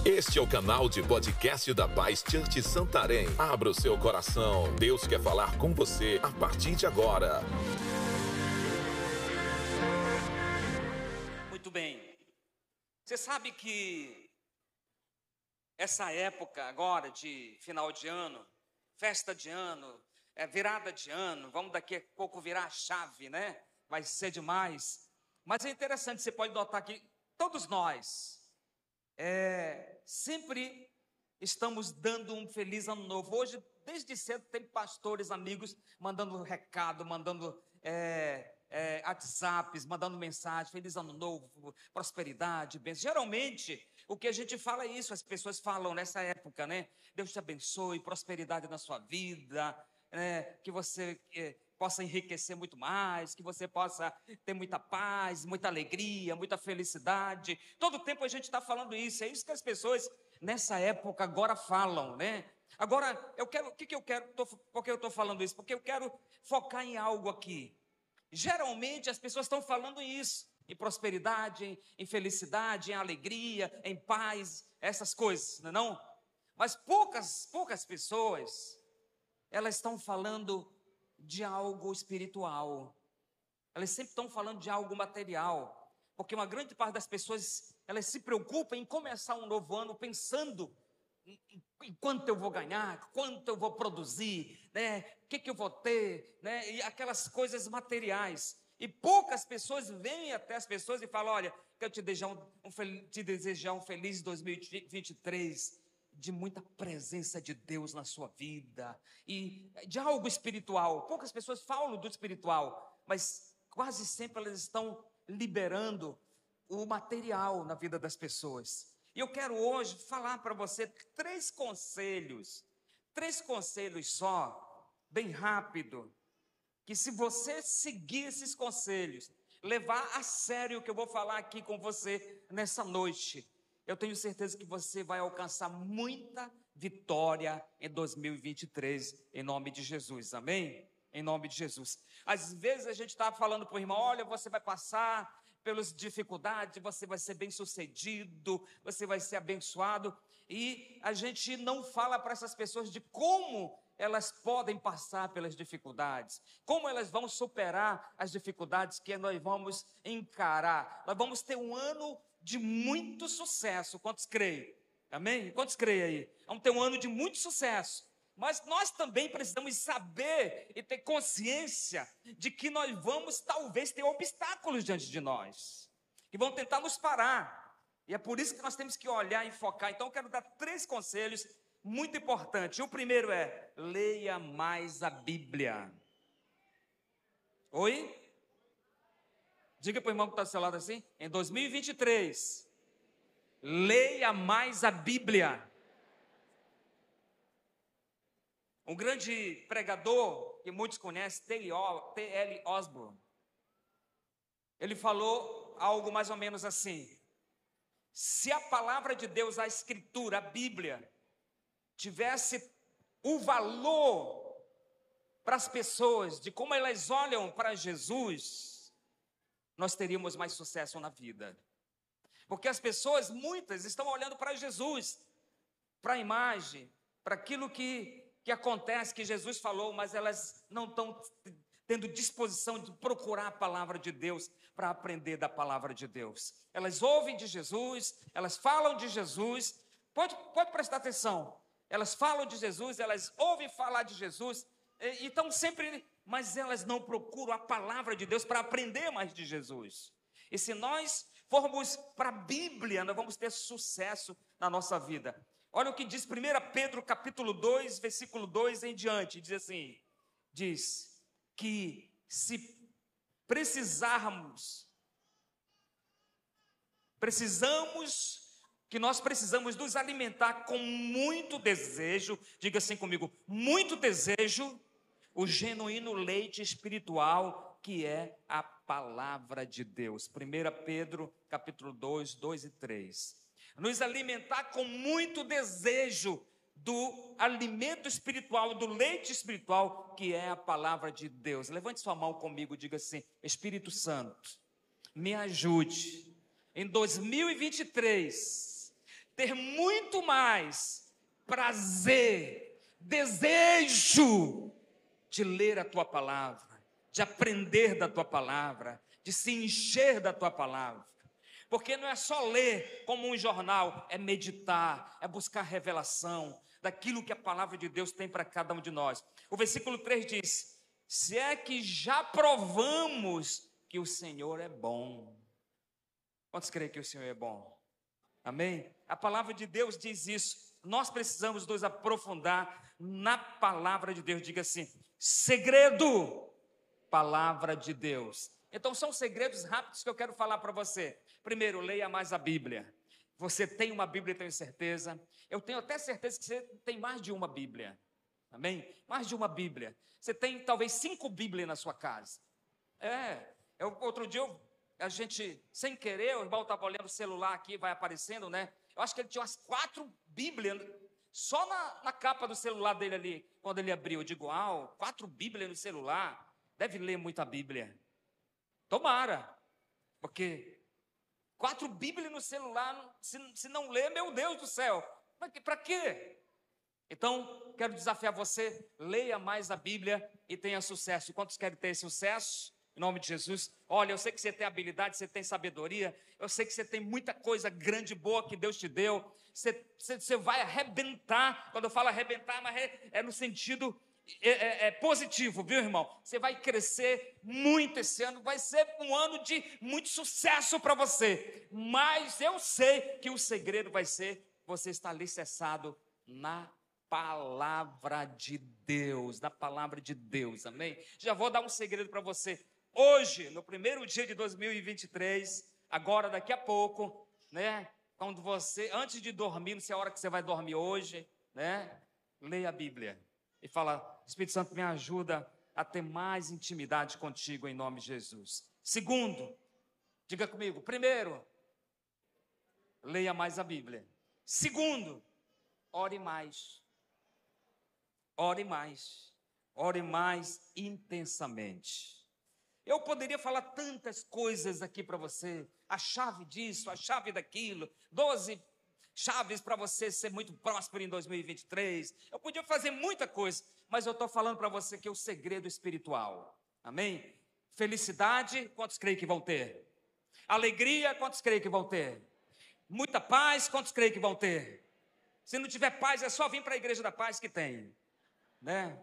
Este é o canal de podcast da Paz Church Santarém. Abra o seu coração. Deus quer falar com você a partir de agora. Muito bem. Você sabe que essa época agora de final de ano, festa de ano, virada de ano, vamos daqui a pouco virar a chave, né? Vai ser demais. Mas é interessante, você pode notar que todos nós sempre estamos dando um feliz ano novo. Hoje, desde cedo, tem pastores, amigos, mandando recado, mandando WhatsApps, mandando mensagem, feliz ano novo, prosperidade, bênção. Geralmente, o que a gente fala é isso, as pessoas falam nessa época, né? Deus te abençoe, prosperidade na sua vida, que você possa enriquecer muito mais, que você possa ter muita paz, muita alegria, muita felicidade. Todo tempo a gente está falando isso, é isso que as pessoas nessa época agora falam, né? Agora, eu quero, o que eu quero, por que eu estou falando isso? Porque eu quero focar em algo aqui. Geralmente as pessoas estão falando isso, em prosperidade, em felicidade, em alegria, em paz, essas coisas, não é não? Mas poucas pessoas, elas estão falando de algo espiritual. Elas sempre estão falando de algo material, porque uma grande parte das pessoas, elas se preocupam em começar um novo ano pensando em quanto eu vou ganhar, quanto eu vou produzir, né? O que eu vou ter, né? E aquelas coisas materiais. E poucas pessoas vêm até as pessoas e falam: olha, quero te desejar um feliz 2023, de muita presença de Deus na sua vida, e de algo espiritual. Poucas pessoas falam do espiritual, mas quase sempre elas estão liberando o material na vida das pessoas. E eu quero hoje falar para você três conselhos só, bem rápido, que se você seguir esses conselhos, levar a sério o que eu vou falar aqui com você nessa noite, eu tenho certeza que você vai alcançar muita vitória em 2023, em nome de Jesus, amém? Em nome de Jesus. Às vezes a gente está falando para o irmão: olha, você vai passar pelas dificuldades, você vai ser bem sucedido, você vai ser abençoado, e a gente não fala para essas pessoas de como elas podem passar pelas dificuldades, como elas vão superar as dificuldades que nós vamos encarar. Nós vamos ter um ano de muito sucesso. Quantos creem? Amém? Quantos creem aí? Vamos ter um ano de muito sucesso. Mas nós também precisamos saber e ter consciência de que nós vamos talvez ter obstáculos diante de nós, que vão tentar nos parar. E é por isso que nós temos que olhar e focar. Então eu quero dar três conselhos muito importantes. O primeiro é: leia mais a Bíblia. Oi? Diga para o irmão que está do seu lado assim: em 2023, leia mais a Bíblia. Um grande pregador que muitos conhecem, T.L. Osborne, ele falou algo mais ou menos assim: se a palavra de Deus, a Escritura, a Bíblia, tivesse o valor para as pessoas, de como elas olham para Jesus, nós teríamos mais sucesso na vida. Porque as pessoas, muitas, estão olhando para Jesus, para a imagem, para aquilo que acontece, que Jesus falou, mas elas não estão tendo disposição de procurar a palavra de Deus para aprender da palavra de Deus. Elas ouvem de Jesus, elas falam de Jesus, pode prestar atenção, elas falam de Jesus, elas ouvem falar de Jesus, e estão sempre, mas elas não procuram a palavra de Deus para aprender mais de Jesus. E se nós formos para a Bíblia, nós vamos ter sucesso na nossa vida. Olha o que diz 1 Pedro capítulo 2, versículo 2 em diante, diz assim, diz que se nós precisamos nos alimentar com muito desejo, diga assim comigo, muito desejo, o genuíno leite espiritual, que é a palavra de Deus. 1 Pedro capítulo 2, 2 e 3. Nos alimentar com muito desejo do alimento espiritual, do leite espiritual, que é a palavra de Deus. Levante sua mão comigo, diga assim: Espírito Santo, me ajude em 2023 ter muito mais prazer, desejo de ler a tua palavra, de aprender da tua palavra, de se encher da tua palavra. Porque não é só ler como um jornal, é meditar, é buscar revelação daquilo que a palavra de Deus tem para cada um de nós. O versículo 3 diz: se é que já provamos que o Senhor é bom. Quantos creem que o Senhor é bom? Amém? A palavra de Deus diz isso. Nós precisamos nos aprofundar na palavra de Deus. Diga assim: segredo, palavra de Deus. Então são segredos rápidos que eu quero falar para você. Primeiro, leia mais a Bíblia. Você tem uma Bíblia, tenho certeza. Eu tenho até certeza que você tem mais de uma Bíblia. Amém? Mais de uma Bíblia. Você tem talvez 5 Bíblias na sua casa. Outro dia a gente, sem querer, o irmão estava olhando o celular aqui, vai aparecendo, né? Eu acho que ele tinha umas 4 Bíblias só na capa do celular dele ali, quando ele abriu. Eu digo: 4 Bíblias no celular. Deve ler muita Bíblia. Tomara, porque 4 Bíblias no celular, se não ler, meu Deus do céu, para quê? Então, quero desafiar você: leia mais a Bíblia e tenha sucesso. Quantos querem ter sucesso? Em nome de Jesus. Olha, eu sei que você tem habilidade, você tem sabedoria, eu sei que você tem muita coisa grande e boa que Deus te deu. Você vai arrebentar. Quando eu falo arrebentar, mas é no sentido positivo, viu, irmão? Você vai crescer muito esse ano, vai ser um ano de muito sucesso para você. Mas eu sei que o segredo vai ser você estar alicerçado na palavra de Deus, na palavra de Deus, amém? Já vou dar um segredo para você. Hoje, no primeiro dia de 2023, agora daqui a pouco, né? Quando você, antes de dormir, não sei a hora que você vai dormir hoje, né? Leia a Bíblia e fala: Espírito Santo, me ajuda a ter mais intimidade contigo, em nome de Jesus. Segundo, diga comigo: primeiro, leia mais a Bíblia. Segundo, ore mais. Ore mais. Ore mais intensamente. Eu poderia falar tantas coisas aqui para você, a chave disso, a chave daquilo, 12 chaves para você ser muito próspero em 2023. Eu podia fazer muita coisa, mas eu estou falando para você que é o segredo espiritual. Amém? Felicidade, quantos creem que vão ter? Alegria, quantos creem que vão ter? Muita paz, quantos creem que vão ter? Se não tiver paz, é só vir para a igreja da paz que tem, né?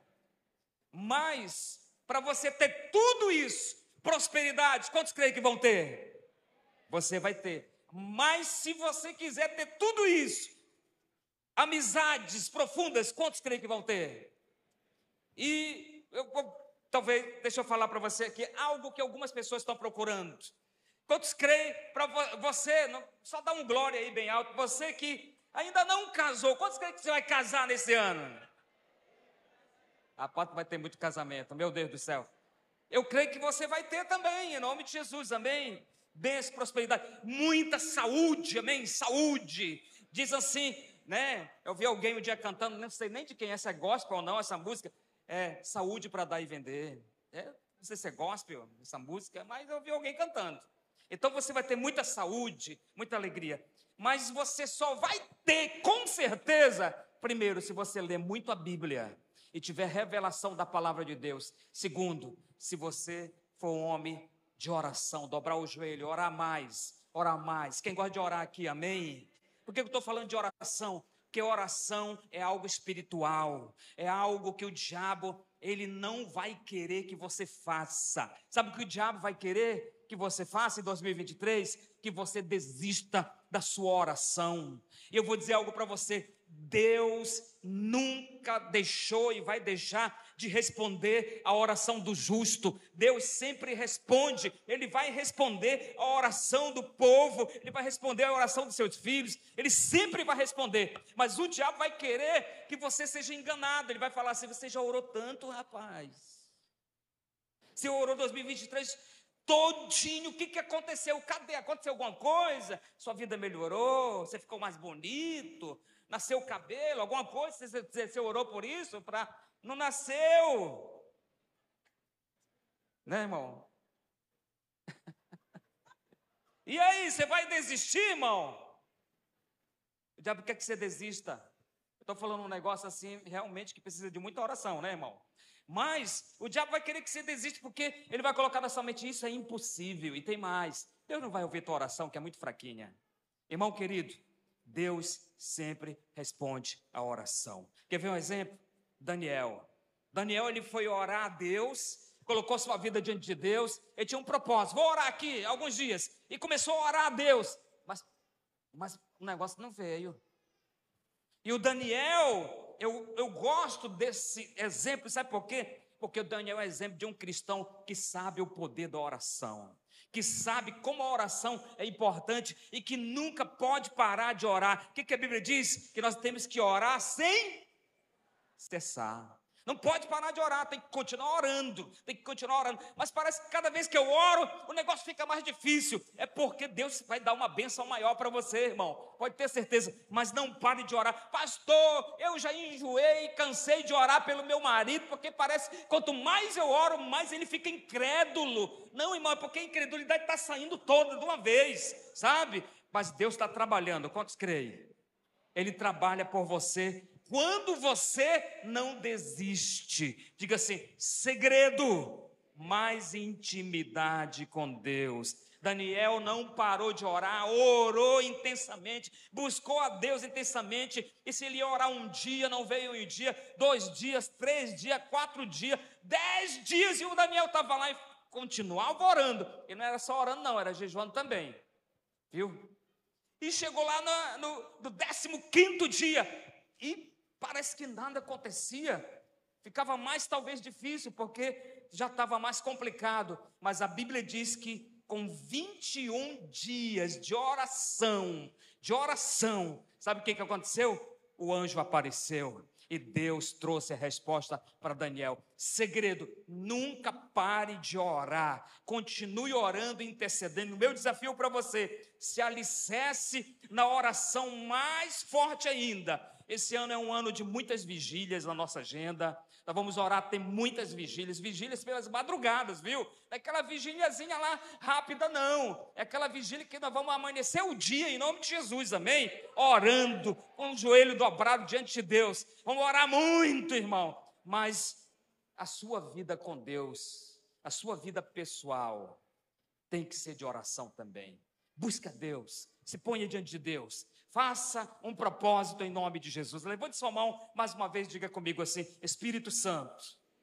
Mas para você ter tudo isso, prosperidade, quantos creem que vão ter? Você vai ter. Mas se você quiser ter tudo isso, amizades profundas, quantos creem que vão ter? E talvez, deixa eu falar para você aqui, algo que algumas pessoas estão procurando. Quantos creem? Para você, só dá um glória aí bem alto, você que ainda não casou, quantos creem que você vai casar nesse ano? A parte vai ter muito casamento, meu Deus do céu. Eu creio que você vai ter também, em nome de Jesus, amém? Bênção, prosperidade, muita saúde, amém? Saúde. Diz assim, né? Eu vi alguém um dia cantando, não sei nem de quem é, se é gospel ou não, essa música. Saúde para dar e vender. Não sei se é gospel essa música, mas eu vi alguém cantando. Então você vai ter muita saúde, muita alegria. Mas você só vai ter, com certeza, primeiro, se você ler muito a Bíblia e tiver revelação da palavra de Deus. Segundo, se você for um homem de oração, dobrar o joelho, orar mais, orar mais. Quem gosta de orar aqui, amém? Por que eu estou falando de oração? Porque oração é algo espiritual, é algo que o diabo, ele não vai querer que você faça. Sabe o que o diabo vai querer que você faça em 2023? Que você desista da sua oração. E eu vou dizer algo para você: Deus nunca deixou e vai deixar de responder a oração do justo. Deus sempre responde. Ele vai responder a oração do povo, ele vai responder a oração dos seus filhos, ele sempre vai responder. Mas o diabo vai querer que você seja enganado. Ele vai falar assim: você já orou tanto, rapaz, você orou 2023 todinho, o que aconteceu? Cadê? Aconteceu alguma coisa? Sua vida melhorou? Você ficou mais bonito? Nasceu o cabelo? Alguma coisa? Você orou por isso? Não nasceu. Né, irmão? E aí, você vai desistir, irmão? O diabo quer que você desista. Estou falando um negócio assim, realmente, que precisa de muita oração, né, irmão? Mas o diabo vai querer que você desista, porque ele vai colocar na sua mente, isso é impossível. E tem mais, Deus não vai ouvir tua oração, que é muito fraquinha. Irmão querido, Deus sempre responde a oração. Quer ver um exemplo? Daniel, ele foi orar a Deus, colocou sua vida diante de Deus, ele tinha um propósito, vou orar aqui alguns dias, e começou a orar a Deus, mas o negócio não veio. E o Daniel, eu gosto desse exemplo, sabe por quê? Porque o Daniel é exemplo de um cristão que sabe o poder da oração, que sabe como a oração é importante e que nunca pode parar de orar. O que a Bíblia diz? Que nós temos que orar sem cessar. Não pode parar de orar, tem que continuar orando, mas parece que cada vez que eu oro, o negócio fica mais difícil. É porque Deus vai dar uma bênção maior para você, irmão, pode ter certeza. Mas não pare de orar. Pastor, eu já enjoei, cansei de orar pelo meu marido, porque parece que quanto mais eu oro, mais ele fica incrédulo. Não, irmão, é porque a incredulidade está saindo toda de uma vez, sabe? Mas Deus está trabalhando, quantos creem? Ele trabalha por você. Quando você não desiste, diga assim, segredo, mais intimidade com Deus. Daniel não parou de orar, orou intensamente, buscou a Deus intensamente, e se ele ia orar um dia, não veio um dia, 2 dias, 3 dias, 4 dias, 10 dias, e o Daniel estava lá e continuava orando. E não era só orando não, era jejuando também, viu? E chegou lá no 15º dia, e parece que nada acontecia, ficava mais talvez difícil, porque já estava mais complicado, mas a Bíblia diz que com 21 dias de oração, sabe o que aconteceu? O anjo apareceu, e Deus trouxe a resposta para Daniel. Segredo, nunca pare de orar, continue orando e intercedendo. O meu desafio para você, se alicerce na oração mais forte ainda. Esse ano é um ano de muitas vigílias na nossa agenda. Nós vamos orar, tem muitas vigílias pelas madrugadas, viu? Não é aquela vigíliazinha lá rápida, não. É aquela vigília que nós vamos amanhecer o dia em nome de Jesus, amém? Orando, com o joelho dobrado diante de Deus. Vamos orar muito, irmão. Mas a sua vida com Deus, a sua vida pessoal, tem que ser de oração também. Busca Deus, se ponha diante de Deus. Faça um propósito em nome de Jesus. Levante sua mão, mais uma vez, diga comigo assim: Espírito Santo,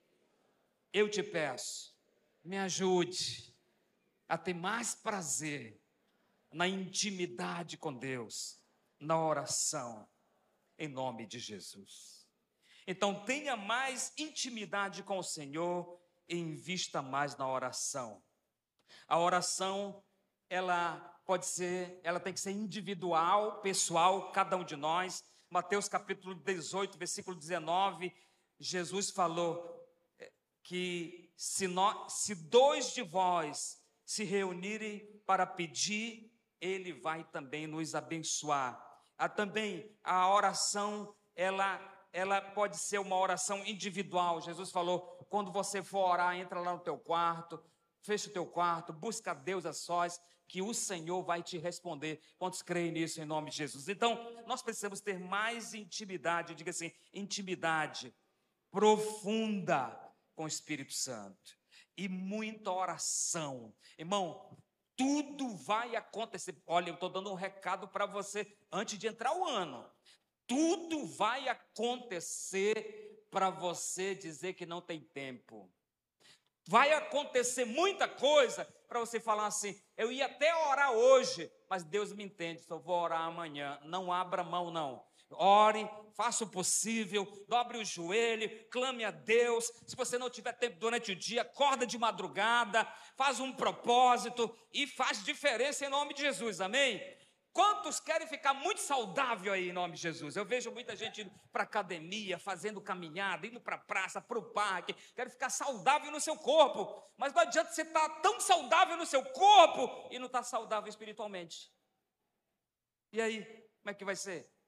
eu te peço, me ajude a ter mais prazer na intimidade com Deus, na oração, em nome de Jesus. Então, tenha mais intimidade com o Senhor e invista mais na oração. A oração, ela tem que ser individual, pessoal, cada um de nós. Mateus capítulo 18, versículo 19, Jesus falou que se 2 de vós se reunirem para pedir, Ele vai também nos abençoar. Também a oração, ela pode ser uma oração individual. Jesus falou, quando você for orar, entra lá no teu quarto, fecha o teu quarto, busca a Deus a sós, que o Senhor vai te responder. Quantos creem nisso em nome de Jesus? Então, nós precisamos ter mais intimidade, diga assim, intimidade profunda com o Espírito Santo. E muita oração. Irmão, tudo vai acontecer. Olha, eu estou dando um recado para você antes de entrar o ano. Tudo vai acontecer para você dizer que não tem tempo. Vai acontecer muita coisa para você falar assim, eu ia até orar hoje, mas Deus me entende, só vou orar amanhã. Não abra mão, não. Ore, faça o possível, dobre o joelho, clame a Deus. Se você não tiver tempo durante o dia, acorda de madrugada, faz um propósito e faz diferença em nome de Jesus, amém? Quantos querem ficar muito saudável aí em nome de Jesus? Eu vejo muita gente indo para a academia, fazendo caminhada, indo para a praça, para o parque, quer ficar saudável no seu corpo, mas não adianta você estar tão saudável no seu corpo e não estar saudável espiritualmente. E aí, como é que vai ser?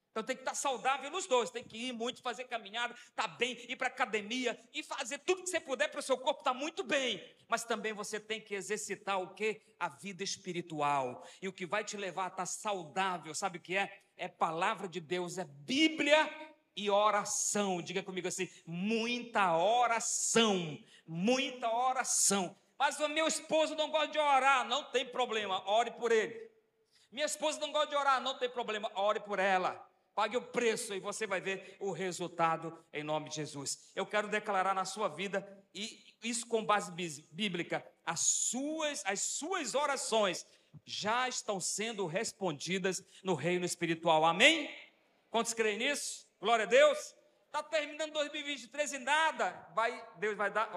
Então tem que estar saudável nos dois, tem que ir muito, fazer caminhada, estar bem, ir para a academia e fazer tudo que você puder para o seu corpo estar muito bem. Mas também você tem que exercitar o quê? A vida espiritual. E o que vai te levar a estar saudável, sabe o que é? É palavra de Deus, é Bíblia e oração. Diga comigo assim, muita oração, muita oração. Mas o meu esposo não gosta de orar, não tem problema, ore por ele. Minha esposa não gosta de orar, não tem problema, ore por ela. Pague o preço e você vai ver o resultado em nome de Jesus. Eu quero declarar na sua vida, e isso com base bíblica, as suas orações já estão sendo respondidas no reino espiritual. Amém? Quantos creem nisso? Glória a Deus. Está terminando 2023 e nada. Deus vai dar,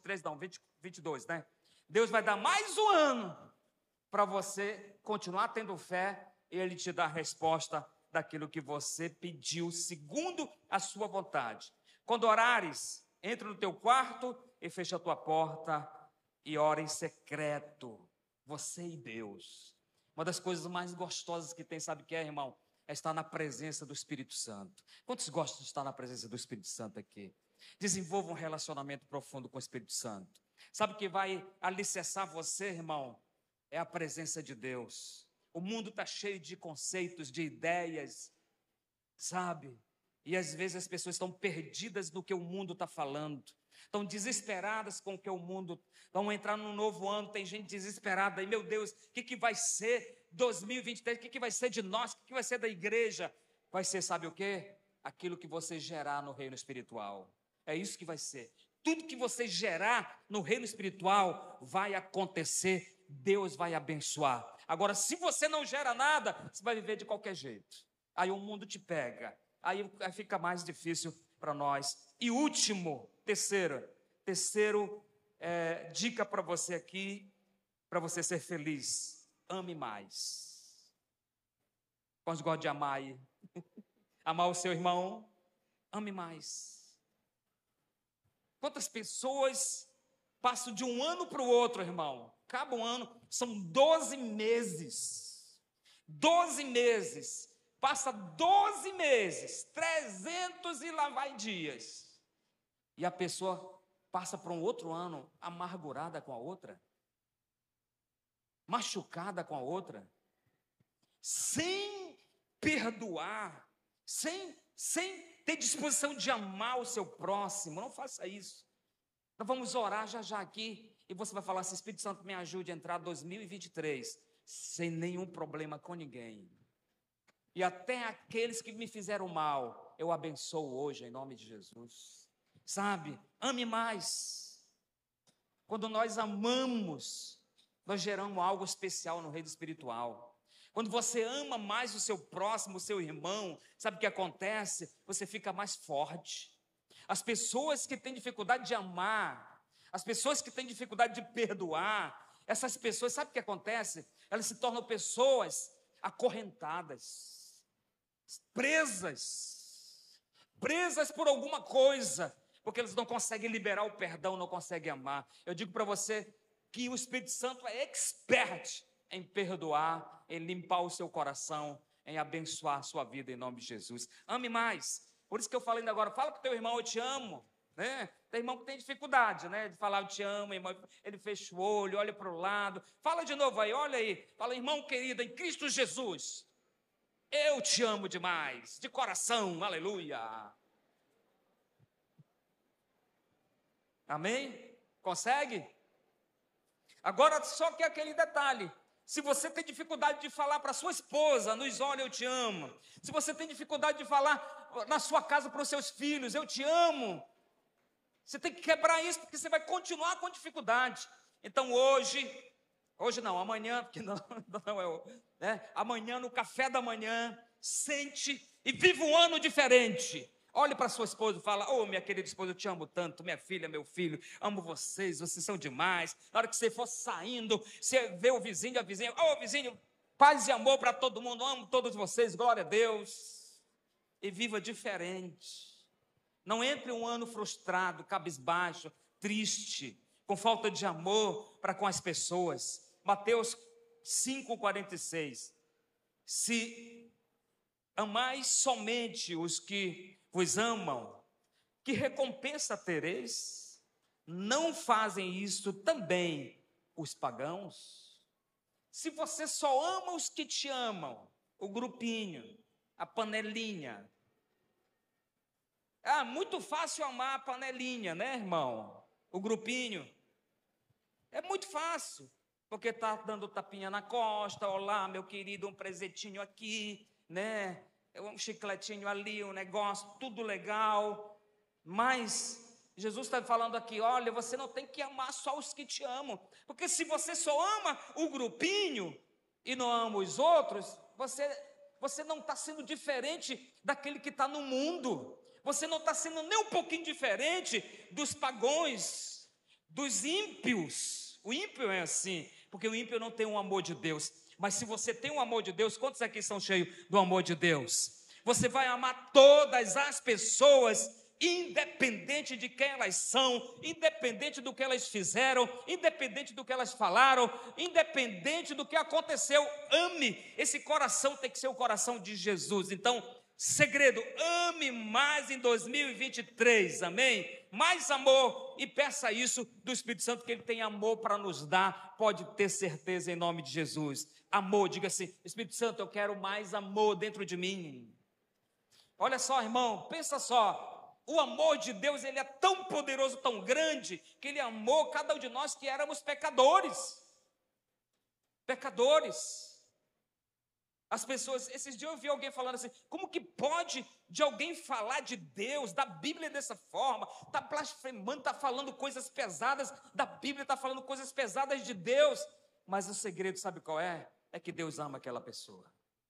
22, né? Deus vai dar mais um ano para você continuar tendo fé e Ele te dar a resposta daquilo que você pediu, segundo a sua vontade. Quando orares, entra no teu quarto e fecha a tua porta e ora em secreto, você e Deus. Uma das coisas mais gostosas que tem, sabe o que é, irmão? É estar na presença do Espírito Santo. Quantos gostam de estar na presença do Espírito Santo aqui? Desenvolva um relacionamento profundo com o Espírito Santo. Sabe o que vai alicerçar você, irmão? É a presença de Deus. O mundo está cheio de conceitos, de ideias, sabe? E às vezes as pessoas estão perdidas no que o mundo está falando. Estão desesperadas com o que o mundo... Vão entrar num novo ano, tem gente desesperada. E, meu Deus, o que vai ser 2023? O que vai ser de nós? O que vai ser da igreja? Vai ser, sabe o quê? Aquilo que você gerar no reino espiritual. É isso que vai ser. Tudo que você gerar no reino espiritual vai acontecer. Deus vai abençoar. Agora, se você não gera nada, você vai viver de qualquer jeito. Aí o mundo te pega. Aí fica mais difícil para nós. E último, terceiro dica para você aqui, para você ser feliz. Ame mais. Quantos gostam de amar aí? Amar o seu irmão? Ame mais. Quantas pessoas passam de um ano para o outro, irmão? Acaba um ano, são 12 meses. 12 meses. Passa 12 meses, 300 e lá vai dias. E a pessoa passa para um outro ano amargurada com a outra, machucada com a outra, sem perdoar, sem ter disposição de amar o seu próximo. Não faça isso. Nós vamos orar já aqui. E você vai falar assim, Espírito Santo, me ajude a entrar 2023 sem nenhum problema com ninguém. E até aqueles que me fizeram mal, eu abençoo hoje em nome de Jesus. Sabe, ame mais. Quando nós amamos, nós geramos algo especial no reino espiritual. Quando você ama mais o seu próximo, o seu irmão, sabe o que acontece? Você fica mais forte. As pessoas que têm dificuldade de amar, as pessoas que têm dificuldade de perdoar, essas pessoas, sabe o que acontece? Elas se tornam pessoas acorrentadas, presas por alguma coisa, porque eles não conseguem liberar o perdão, não conseguem amar. Eu digo para você que o Espírito Santo é expert em perdoar, em limpar o seu coração, em abençoar a sua vida em nome de Jesus. Ame mais. Por isso que eu falei ainda agora, fala para o teu irmão, eu te amo. Né? Tem irmão que tem dificuldade, né? De falar eu te amo, irmão. Ele fecha o olho, olha para o lado. Fala de novo aí, olha aí. Fala, irmão querido, em Cristo Jesus, eu te amo demais, de coração, aleluia. Amém? Consegue? Agora, só que aquele detalhe. Se você tem dificuldade de falar para sua esposa, nos olha, eu te amo. Se você tem dificuldade de falar na sua casa para os seus filhos, eu te amo. Você tem que quebrar isso, porque você vai continuar com dificuldade. Então hoje não, amanhã, porque não é, né? Amanhã no café da manhã, sente e viva um ano diferente. Olhe para sua esposa e fala, minha querida esposa, eu te amo tanto, minha filha, meu filho, amo vocês são demais. Na hora que você for saindo, você vê o vizinho, a vizinha, vizinho, paz e amor para todo mundo, amo todos vocês, glória a Deus. E viva diferente. Não entre um ano frustrado, cabisbaixo, triste, com falta de amor para com as pessoas. Mateus 5,46. Se amais somente os que vos amam, que recompensa tereis? Não fazem isso também os pagãos? Se você só ama os que te amam, o grupinho, a panelinha. Muito fácil amar a panelinha, né, irmão? O grupinho. É muito fácil, porque está dando tapinha na costa, olá, meu querido, um presentinho aqui, né? Um chicletinho ali, um negócio, tudo legal. Mas Jesus está falando aqui, olha, você não tem que amar só os que te amam, porque se você só ama o grupinho e não ama os outros, você não está sendo diferente daquele que está no mundo. Você não está sendo nem um pouquinho diferente dos pagãos, dos ímpios. O ímpio é assim, porque o ímpio não tem o amor de Deus. Mas se você tem o amor de Deus, quantos aqui são cheios do amor de Deus? Você vai amar todas as pessoas, independente de quem elas são, independente do que elas fizeram, independente do que elas falaram, independente do que aconteceu. Ame. Esse coração tem que ser o coração de Jesus. Então, segredo, ame mais em 2023, amém? Mais amor, e peça isso do Espírito Santo, que Ele tem amor para nos dar, pode ter certeza em nome de Jesus. Amor, diga assim, Espírito Santo, eu quero mais amor dentro de mim. Olha só, irmão, pensa só, o amor de Deus, ele é tão poderoso, tão grande, que Ele amou cada um de nós que éramos pecadores. Pecadores. As pessoas, esses dias eu vi alguém falando assim, como que pode de alguém falar de Deus, da Bíblia dessa forma, está blasfemando, está falando coisas pesadas da Bíblia, está falando coisas pesadas de Deus, mas o segredo sabe qual é? É que Deus ama aquela pessoa,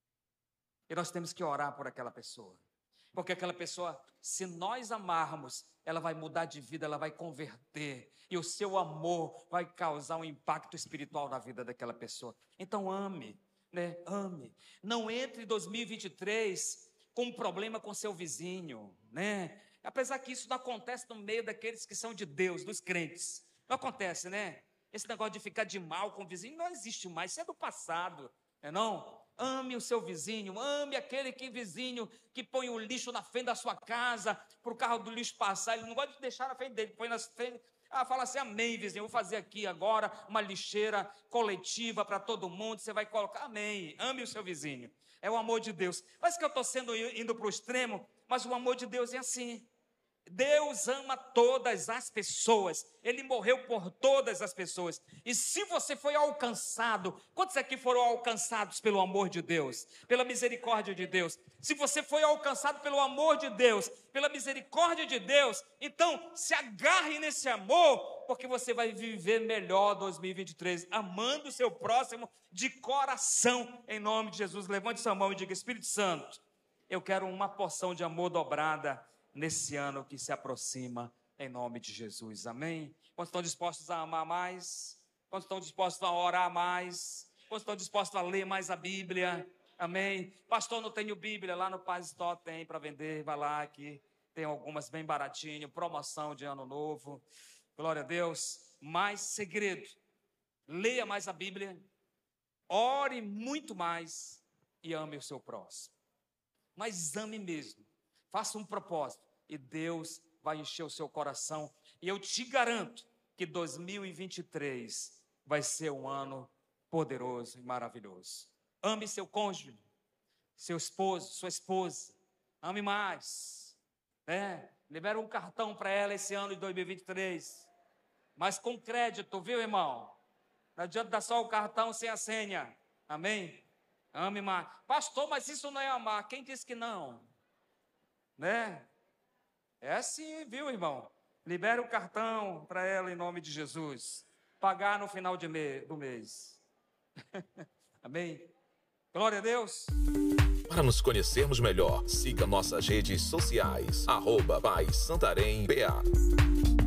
e nós temos que orar por aquela pessoa, porque aquela pessoa, se nós amarmos, ela vai mudar de vida, ela vai converter, e o seu amor vai causar um impacto espiritual na vida daquela pessoa. Então ame. Ame, não entre em 2023 com um problema com seu vizinho, né? Apesar que isso não acontece no meio daqueles que são de Deus, dos crentes, não acontece, né? Esse negócio de ficar de mal com o vizinho não existe mais, isso é do passado, não? Ame o seu vizinho, ame aquele vizinho que põe o lixo na frente da sua casa, para o carro do lixo passar, ele não gosta de deixar na frente dele, põe na frente. Fala assim, amém, vizinho, eu vou fazer aqui agora uma lixeira coletiva para todo mundo, você vai colocar, amém, ame o seu vizinho, é o amor de Deus. Parece que eu estou indo para o extremo, mas o amor de Deus é assim. Deus ama todas as pessoas, Ele morreu por todas as pessoas, e se você foi alcançado, quantos aqui foram alcançados pelo amor de Deus, pela misericórdia de Deus? Se você foi alcançado pelo amor de Deus, pela misericórdia de Deus, então se agarre nesse amor, porque você vai viver melhor 2023, amando o seu próximo de coração, em nome de Jesus. Levante sua mão e diga, Espírito Santo, eu quero uma porção de amor dobrada nesse ano que se aproxima, em nome de Jesus, amém? Quantos estão dispostos a amar mais? Quantos estão dispostos a orar mais? Quantos estão dispostos a ler mais a Bíblia? Amém? Pastor, não tenho Bíblia, lá no Paz Store tem para vender, vai lá aqui, tem algumas bem baratinho, promoção de ano novo, glória a Deus. Mais segredo, leia mais a Bíblia, ore muito mais e ame o seu próximo, mas ame mesmo, faça um propósito, e Deus vai encher o seu coração, e eu te garanto que 2023 vai ser um ano poderoso e maravilhoso. Ame seu cônjuge, seu esposo, sua esposa, ame mais, libera um cartão para ela esse ano de 2023, mas com crédito, viu, irmão? Não adianta dar só o cartão sem a senha, amém? Ame mais. Pastor, mas isso não é amar, quem disse que não? É assim, viu, irmão? Libera o cartão para ela em nome de Jesus. Pagar no final do mês. Amém? Glória a Deus. Para nos conhecermos melhor, siga nossas redes sociais, @PazSantarém BA.